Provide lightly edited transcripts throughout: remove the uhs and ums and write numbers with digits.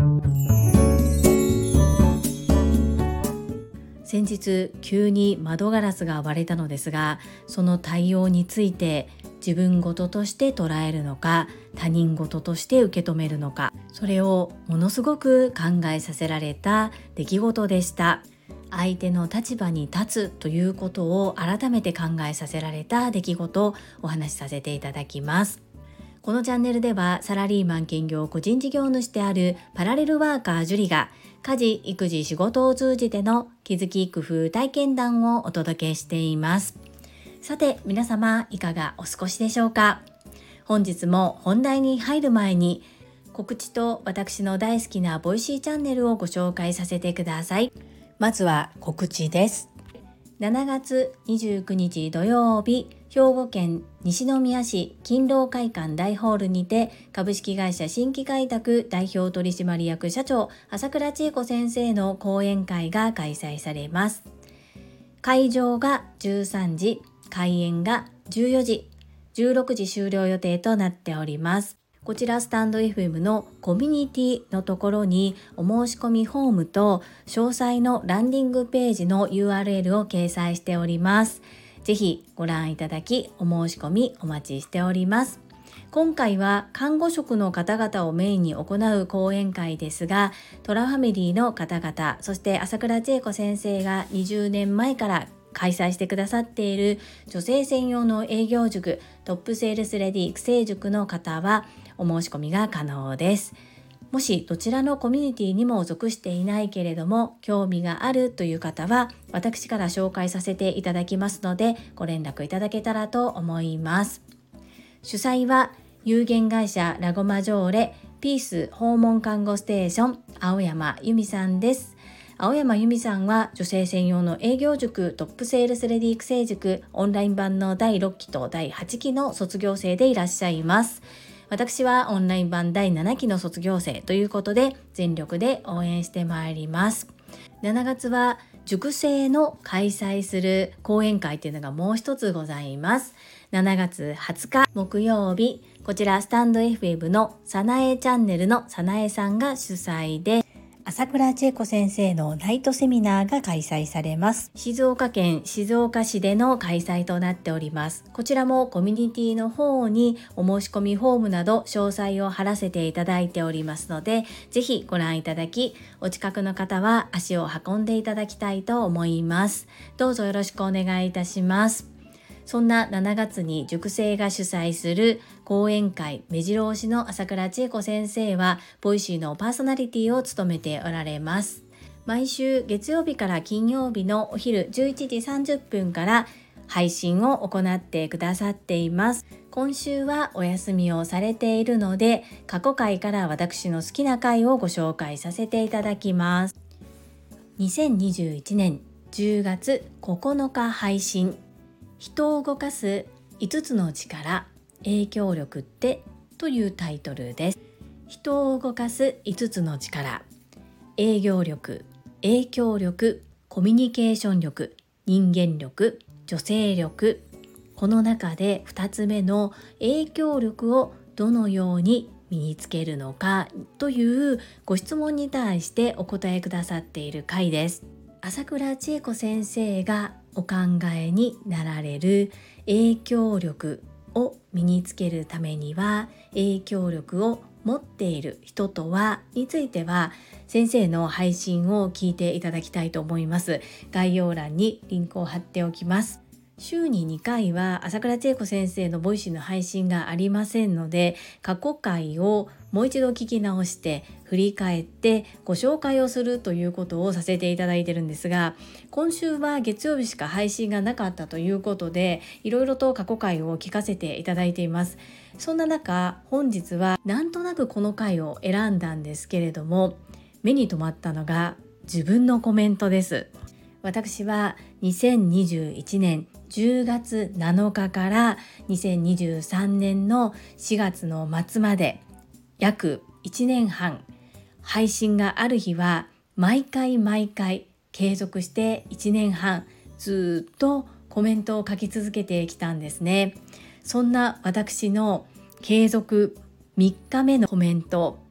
先日急に窓ガラスが割れたのですが、その対応について自分事として捉えるのか、他人事として受け止めるのか、それをものすごく考えさせられた出来事でした。相手の立場に立つということを改めて考えさせられた出来事をお話しさせていただきます。このチャンネルではサラリーマン兼業個人事業主であるパラレルワーカージュリが家事・育児・仕事を通じての気づき・工夫・体験談をお届けしています。さて皆様いかがお過ごしでしょうか。本日も本題に入る前に告知と私の大好きなボイシーチャンネルをご紹介させてください。まずは告知です。7月29日土曜日、兵庫県西宮市勤労会館大ホールにて株式会社新規開拓代表取締役社長朝倉千恵子先生の講演会が開催されます。会場が13時、開演が14時、16時終了予定となっております。こちらスタンド FM のコミュニティのところにお申し込みフォームと詳細のランディングページの URL を掲載しております。ぜひご覧いただきお申し込みお待ちしております。今回は看護職の方々をメインに行う講演会ですが、トラファミリーの方々、そして朝倉千恵子先生が20年前から開催してくださっている女性専用の営業塾トップセールスレディ育成塾の方はお申し込みが可能です。もしどちらのコミュニティにも属していないけれども興味があるという方は私から紹介させていただきますのでご連絡いただけたらと思います。主催は有限会社ラゴマジョーレピース訪問看護ステーション青山由美さんです。青山由美さんは女性専用の営業塾トップセールスレディ育成塾オンライン版の第6期と第8期の卒業生でいらっしゃいます。私はオンライン版第7期の卒業生ということで全力で応援してまいります。7月は塾生の開催する講演会というのがもう一つございます。7月20日木曜日、こちらスタンド FM のさなえチャンネルのさなえさんが主催で朝倉千恵子先生のナイトセミナーが開催されます。静岡県静岡市での開催となっております。こちらもコミュニティの方にお申し込みフォームなど詳細を貼らせていただいておりますので、ぜひご覧いただき、お近くの方は足を運んでいただきたいと思います。どうぞよろしくお願いいたします。そんな7月に塾生が主催する講演会目白押しの朝倉千恵子先生はボイシーのパーソナリティを務めておられます。毎週月曜日から金曜日のお昼11時30分から配信を行ってくださっています。今週はお休みをされているので過去回から私の好きな回をご紹介させていただきます。2021年10月9日配信、人を動かす5つの力、影響力ってというタイトルです。人を動かす5つの力、営業力、影響力、コミュニケーション力、人間力、女性力。この中で2つ目の影響力をどのように身につけるのかというご質問に対してお答えくださっている回です。朝倉千恵子先生がお考えになられる影響力を身につけるためには影響力を持っている人とはについては先生の配信を聞いていただきたいと思います。概要欄にリンクを貼っておきます。週に2回は朝倉千恵子先生のボイシーの配信がありませんので、過去回をもう一度聞き直して振り返ってご紹介をするということをさせていただいているんですが、今週は月曜日しか配信がなかったということでいろいろと過去回を聞かせていただいています。そんな中、本日はなんとなくこの回を選んだんですけれども、目に留まったのが自分のコメントです。私は2021年10月7日から2023年の4月の末まで約1年半配信がある日は毎回継続して1年半ずっとコメントを書き続けてきたんですね。そんな私の継続3日目のコメント、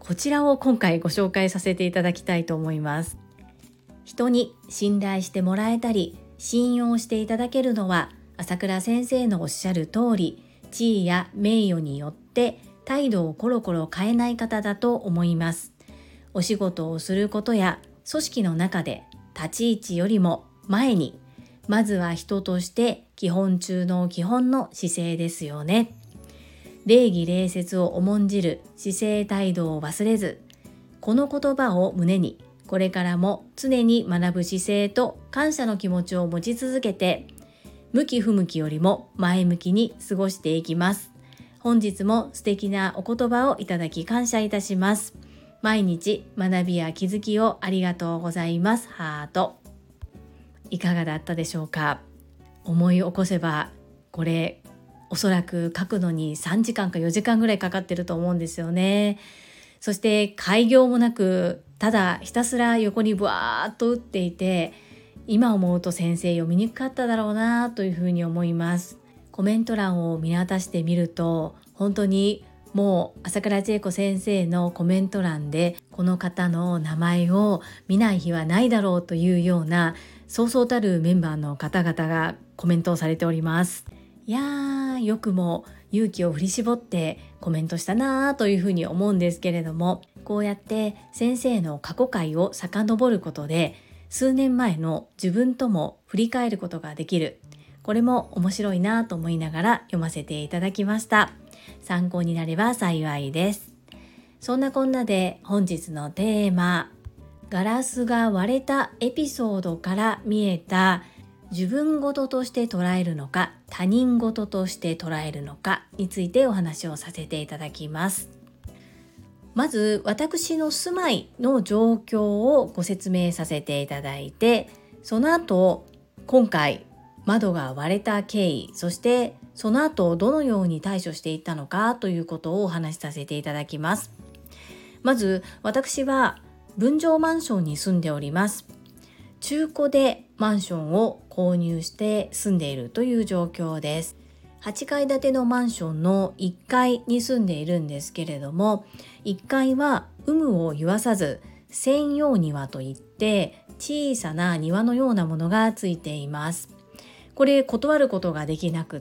こちらを今回ご紹介させていただきたいと思います。人に信頼してもらえたり信用していただけるのは、朝倉先生のおっしゃる通り、地位や名誉によって態度をコロコロ変えない方だと思います。お仕事をすることや組織の中で立ち位置よりも前に、まずは人として基本中の基本の姿勢ですよね。礼儀礼節を重んじる姿勢態度を忘れず、この言葉を胸に、これからも常に学ぶ姿勢と感謝の気持ちを持ち続けて、向き不向きよりも前向きに過ごしていきます。本日も素敵なお言葉をいただき感謝いたします。毎日学びや気づきをありがとうございます。ハート。いかがだったでしょうか。思い起こせば、これおそらく書くのに3時間か4時間ぐらいかかってると思うんですよね。そして改行もなく、ただひたすら横にブワーっと打っていて、今思うと先生読みにくかっただろうなというふうに思います。コメント欄を見渡してみると、本当にもう朝倉千恵子先生のコメント欄でこの方の名前を見ない日はないだろうというようなそうそうたるメンバーの方々がコメントをされております。いやー、よくも勇気を振り絞ってコメントしたなというふうに思うんですけれども、こうやって先生の過去回を遡ることで数年前の自分とも振り返ることができる。これも面白いなと思いながら読ませていただきました。参考になれば幸いです。そんなこんなで本日のテーマ、ガラスが割れたエピソードから見えた自分事として捉えるのか他人事として捉えるのかについてお話をさせていただきます。まず私の住まいの状況をご説明させていただいて、その後今回窓が割れた経緯、そしてその後どのように対処していったのかということをお話しさせていただきます。まず私は分譲マンションに住んでおります。中古でマンションを購入して住んでいるという状況です。8階建てのマンションの1階に住んでいるんですけれども、1階は有無を言わさず専用庭といって小さな庭のようなものがついています。これ断ることができなくって、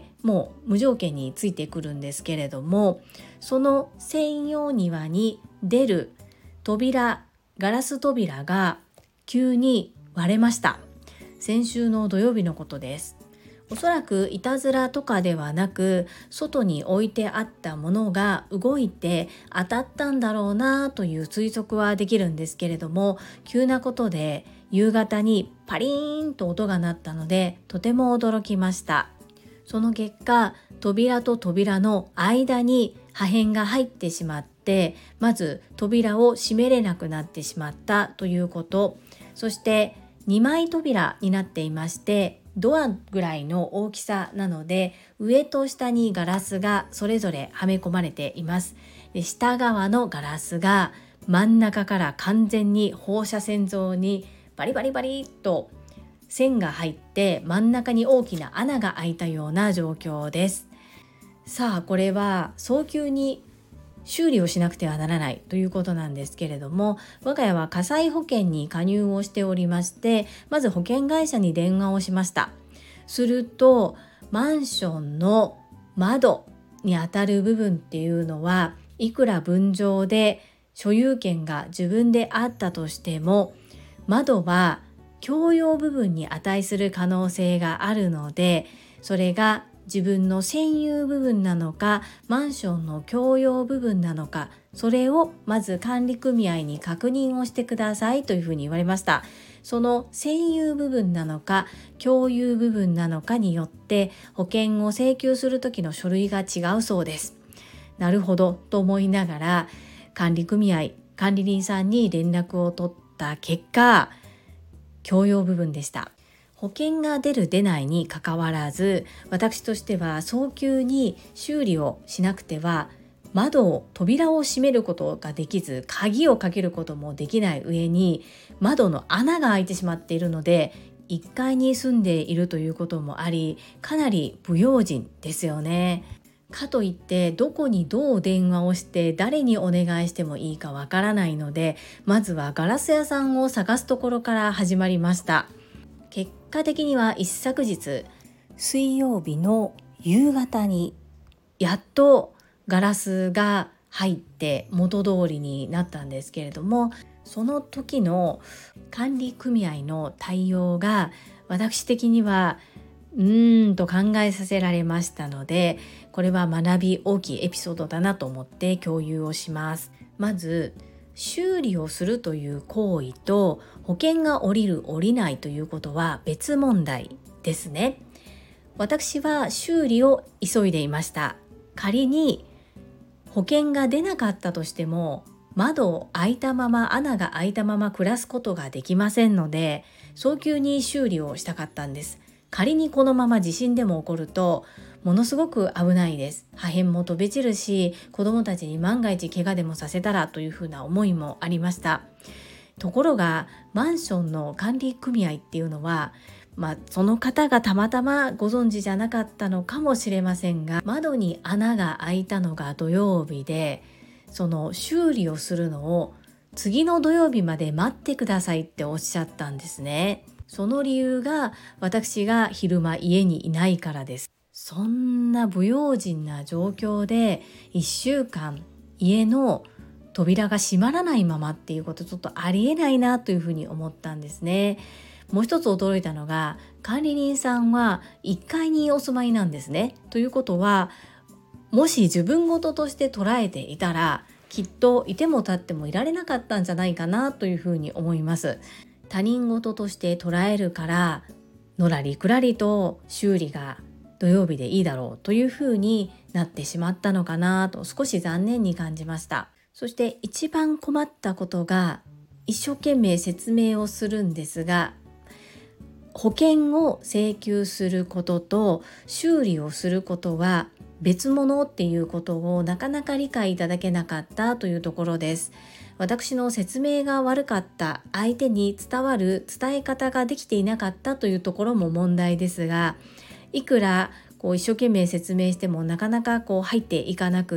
もう無条件についてくるんですけれども、その専用庭に出る扉、ガラス扉が急に割れました。先週の土曜日のことです。おそらくいたずらとかではなく、外に置いてあったものが動いて当たったんだろうなという推測はできるんですけれども、急なことで夕方にパリーンと音が鳴ったのでとても驚きました。その結果、扉と扉の間に破片が入ってしまって、まず扉を閉めれなくなってしまったということ、そして2枚扉になっていまして、ドアぐらいの大きさなので上と下にガラスがそれぞれはめ込まれています。で、下側のガラスが真ん中から完全に放射線状にバリバリバリっと線が入って、真ん中に大きな穴が開いたような状況です。さあ、これは早急に修理をしなくてはならないということなんですけれども、我が家は火災保険に加入をしておりまして、まず保険会社に電話をしました。すると、マンションの窓にあたる部分っていうのは、いくら分譲で所有権が自分であったとしても、窓は共用部分に値する可能性があるので、それが自分の占有部分なのかマンションの共用部分なのか、それをまず管理組合に確認をしてくださいというふうに言われました。その占有部分なのか共有部分なのかによって保険を請求する時の書類が違うそうです。なるほどと思いながら、管理組合、管理人さんに連絡を取った結果、共用部分でした。保険が出る出ないにかかわらず、私としては早急に修理をしなくては扉を閉めることができず、鍵をかけることもできない上に窓の穴が開いてしまっているので、1階に住んでいるということもあり、かなり不用心ですよね。 かといってどこにどう電話をして誰にお願いしてもいいかわからないので、まずはガラス屋さんを探すところから始まりました。結果的には一昨日水曜日の夕方にやっとガラスが入って元通りになったんですけれども、その時の管理組合の対応が私的にはと考えさせられましたので、これは学び大きいエピソードだなと思って共有をします。まず修理をするという行為と保険が下りる下りないということは別問題ですね。私は修理を急いでいました。仮に保険が出なかったとしても窓を開いたまま穴が開いたまま暮らすことができませんので、早急に修理をしたかったんです。仮にこのまま地震でも起こるとものすごく危ないです。破片も飛び散るし、子どもたちに万が一怪我でもさせたらというふうな思いもありました。ところがマンションの管理組合っていうのは、その方がたまたまご存知じゃなかったのかもしれませんが、窓に穴が開いたのが土曜日で、その修理をするのを次の土曜日まで待ってくださいっておっしゃったんですね。その理由が私が昼間家にいないからです。そんな不用心な状況で1週間家の扉が閉まらないままっていうこと、ちょっとありえないなというふうに思ったんですね。もう一つ驚いたのが、管理人さんは1階にお住まいなんですね。ということは、もし自分事として捉えていたら、きっといても立ってもいられなかったんじゃないかなというふうに思います。他人事として捉えるから、のらりくらりと修理が土曜日でいいだろうというふうになってしまったのかなと、少し残念に感じました。そして一番困ったことが、一生懸命説明をするんですが、保険を請求することと修理をすることは別物っていうことをなかなか理解いただけなかったというところです。私の説明が悪かった、相手に伝わる伝え方ができていなかったというところも問題ですが、いくら一生懸命説明してもなかなか入っていかなくって、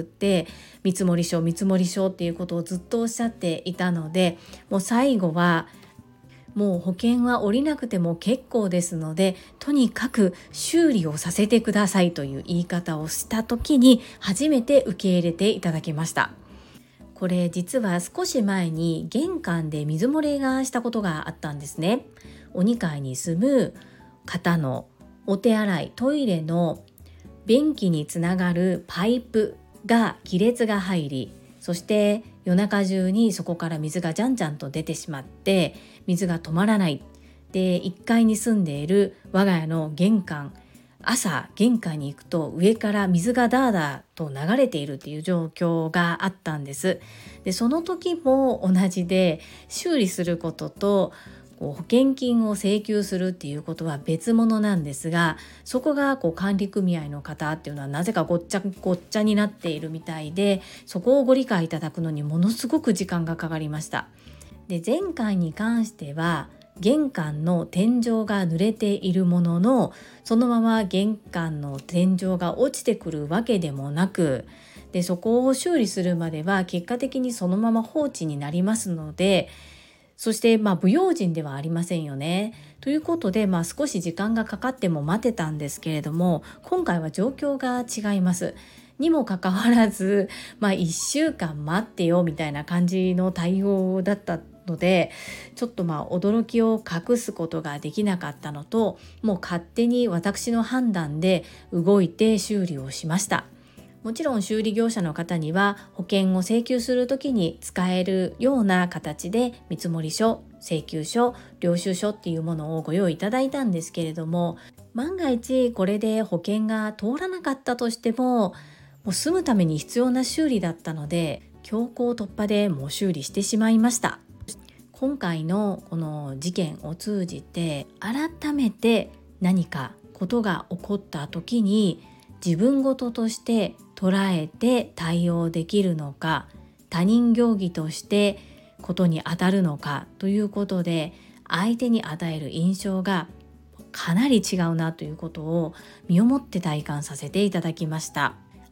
見積書っていうことをずっとおっしゃっていたので、もう最後はもう保険は下りなくても結構ですので、とにかく修理をさせてくださいという言い方をした時に初めて受け入れていただきました。これ実は少し前に玄関で水漏れがしたことがあったんですね。お2階に住む方のお手洗い、トイレの便器につながるパイプが亀裂が入り、そして夜中中にそこから水がじゃんじゃんと出てしまって水が止まらない。で、1階に住んでいる我が家の玄関、朝玄関に行くと上から水がダーダーと流れているっていう状況があったんです。で、その時も同じで、修理することと保険金を請求するっていうことは別物なんですが、そこが管理組合の方っていうのはなぜかごっちゃごっちゃになっているみたいで、そこをご理解いただくのにものすごく時間がかかりました。で、前回に関しては玄関の天井が濡れているものの、そのまま玄関の天井が落ちてくるわけでもなく、でそこを修理するまでは結果的にそのまま放置になりますので、そして不用心ではありませんよね。ということで、少し時間がかかっても待てたんですけれども、今回は状況が違います。にもかかわらず、1週間待ってよみたいな感じの対応だったので、ちょっと驚きを隠すことができなかったのと、もう勝手に私の判断で動いて修理をしました。もちろん修理業者の方には保険を請求するときに使えるような形で見積書、請求書、領収書っていうものをご用意いただいたんですけれども、万が一これで保険が通らなかったとしても、もう住むために必要な修理だったので、強行突破でもう修理してしまいました。今回のこの事件を通じて、改めて何かことが起こった時に自分事として捉えて対応できるのか、他人行儀としてことに当たるのかということで、相手に与える印象がかなり違うなということを身をもって体感させていただきました。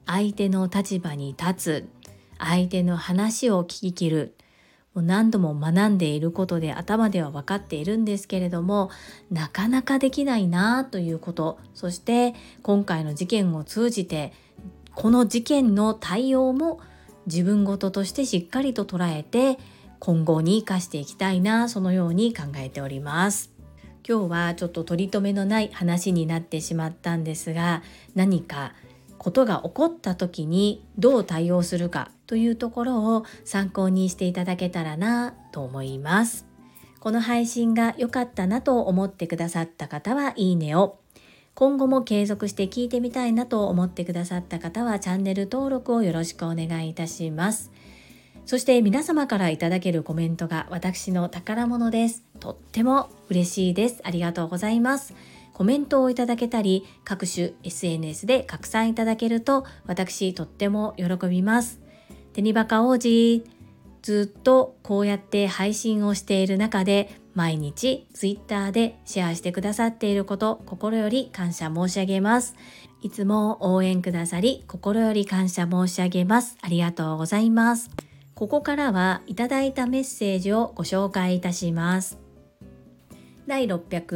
相手の立場に立つ、相手の話を聞き切る、もう何度も学んでいることで頭では分かっているんですけれども、なかなかできないなということ、そして今回の事件を通じてこの事件の対応も自分事としてしっかりと捉えて今後に生かしていきたいな、そのように考えております。今日はちょっと取り留めのない話になってしまったんですが、何かことが起こった時にどう対応するかというところを参考にしていただけたらなと思います。この配信が良かったなと思ってくださった方はいいねを、今後も継続して聞いてみたいなと思ってくださった方はチャンネル登録をよろしくお願いいたします。そして皆様からいただけるコメントが私の宝物です。とっても嬉しいです。ありがとうございます。コメントをいただけたり、各種 SNS で拡散いただけると私とっても喜びます。テニバカ王子、ずっとこうやって配信をしている中で毎日 Twitter でシェアしてくださっていること、心より感謝申し上げます。いつも応援くださり心より感謝申し上げます。ありがとうございます。ここからはいただいたメッセージをご紹介いたします。第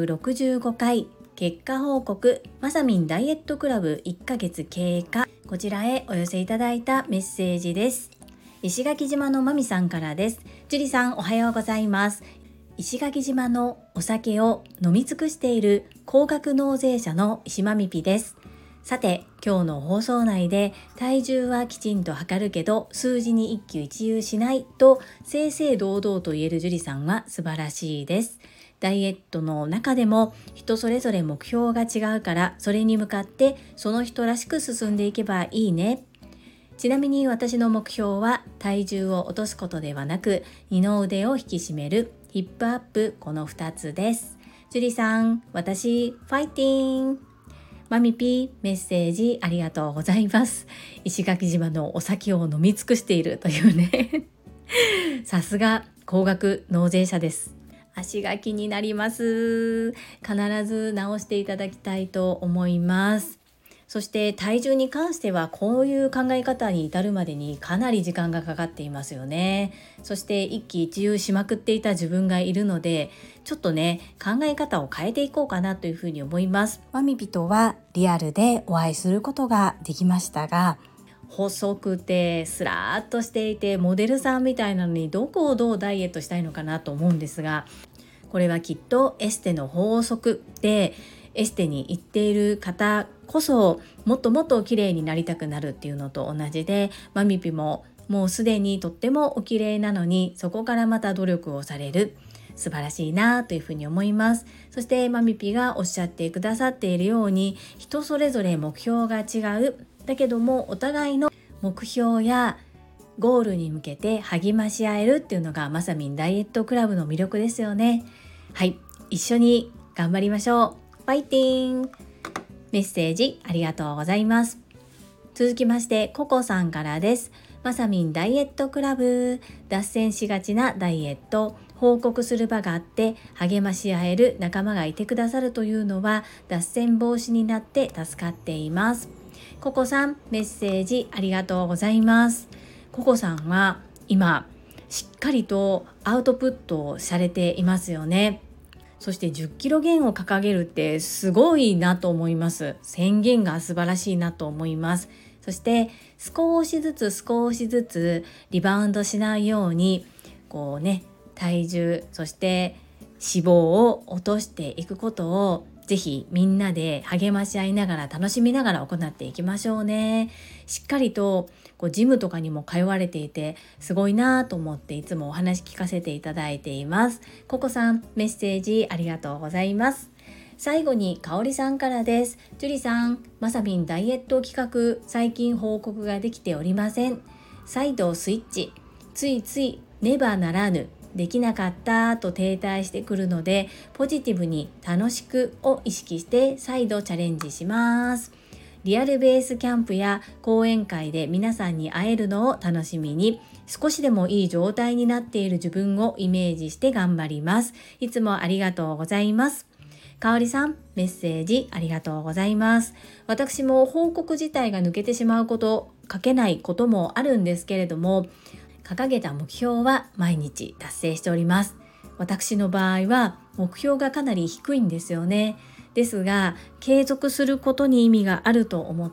665回結果報告まさみんダイエットクラブ1ヶ月経過、こちらへお寄せいただいたメッセージです。石垣島のまみさんからです。ジュリさんおはようございます。石垣島のお酒を飲み尽くしている高額納税者の石まみぴです。さて今日の放送内で体重はきちんと測るけど数字に一喜一憂しないと正々堂々と言えるジュリさんは素晴らしいです。ダイエットの中でも人それぞれ目標が違うから、それに向かってその人らしく進んでいけばいいね。ちなみに私の目標は体重を落とすことではなく、二の腕を引き締める、ヒップアップ、この2つです。ジュリさん、私ファイティン。マミピメッセージありがとうございます。石垣島のお酒を飲み尽くしているというねさすが高額納税者です。足が気になります。必ず直していただきたいと思います。そして体重に関してはこういう考え方に至るまでにかなり時間がかかっていますよね。そして一喜一憂しまくっていた自分がいるので、ちょっとね考え方を変えていこうかなというふうに思います。マミピとはリアルでお会いすることができましたが、細くてスラーっとしていてモデルさんみたいなのにどこをどうダイエットしたいのかなと思うんですが、これはきっとエステの法則で、エステに行っている方こそもっともっと綺麗になりたくなるっていうのと同じで、マミピももうすでにとってもお綺麗なのに、そこからまた努力をされる、素晴らしいなというふうに思います。そしてマミピがおっしゃってくださっているように、人それぞれ目標が違う、だけどもお互いの目標やゴールに向けて励まし合えるっていうのがまさみんダイエットクラブの魅力ですよね。はい、一緒に頑張りましょう。ファイティン。メッセージありがとうございます。続きましてココさんからです。まさみんダイエットクラブ、脱線しがちなダイエット、報告する場があって励まし合える仲間がいてくださるというのは脱線防止になって助かっています。ココさん、メッセージありがとうございます。ココさんは今しっかりとアウトプットをされていますよね。そして10キロ減を掲げるってすごいなと思います。宣言が素晴らしいなと思います。そして少しずつリバウンドしないようにこうね、体重そして脂肪を落としていくことをぜひみんなで励まし合いながら楽しみながら行っていきましょうね。しっかりとジムとかにも通われていてすごいなと思っていつもお話聞かせていただいています。ココさん、メッセージありがとうございます。最後にかおりさんからです。ジュリさん、まさみんダイエット企画最近報告ができておりません。再度スイッチ、ついついねばならぬ、できなかったと停滞してくるので、ポジティブに楽しくを意識して再度チャレンジします。リアルベースキャンプや講演会で皆さんに会えるのを楽しみに、少しでもいい状態になっている自分をイメージして頑張ります。いつもありがとうございます。 かおりさん、メッセージありがとうございます。私も報告自体が抜けてしまうこと、書けないこともあるんですけれども、掲げた目標は毎日達成しております。私の場合は目標がかなり低いんですよね。ですが、継続することに意味があると思って、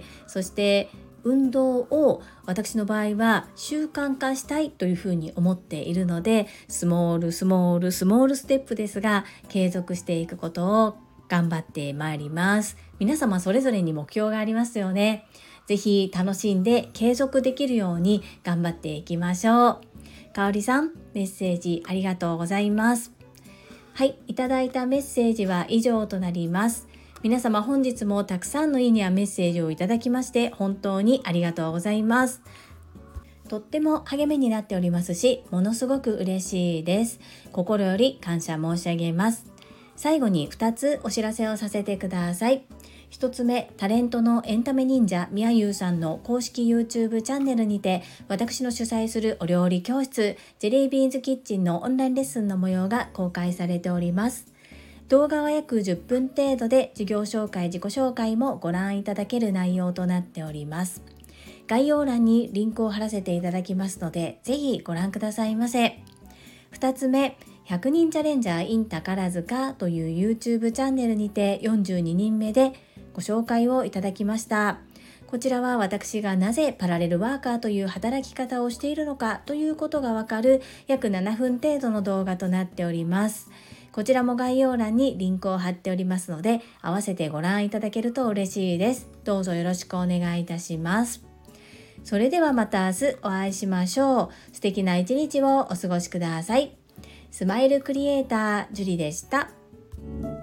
そして運動を私の場合は習慣化したいというふうに思っているので、スモールステップですが継続していくことを頑張ってまいります。皆様それぞれに目標がありますよね。ぜひ楽しんで継続できるように頑張っていきましょう。かおりさん、メッセージありがとうございます。はい、いただいたメッセージは以上となります。皆様本日もたくさんのいいねやメッセージをいただきまして本当にありがとうございます。とっても励みになっておりますし、ものすごく嬉しいです。心より感謝申し上げます。最後に2つお知らせをさせてください。1つ目、タレントのエンタメ忍者みやゆうさんの公式 YouTube チャンネルにて、私の主催するお料理教室ジェリービーンズキッチンのオンラインレッスンの模様が公開されております。動画は約10分程度で、授業紹介、自己紹介もご覧いただける内容となっております。概要欄にリンクを貼らせていただきますので、ぜひご覧くださいませ。2つ目、100人チャレンジャー in 宝塚という YouTube チャンネルにて42人目でご紹介をいただきました。こちらは私がなぜパラレルワーカーという働き方をしているのかということがわかる約7分程度の動画となっております。こちらも概要欄にリンクを貼っておりますので、合わせてご覧いただけると嬉しいです。どうぞよろしくお願いいたします。それではまた明日お会いしましょう。素敵な一日をお過ごしください。スマイルクリエイタージュリでした。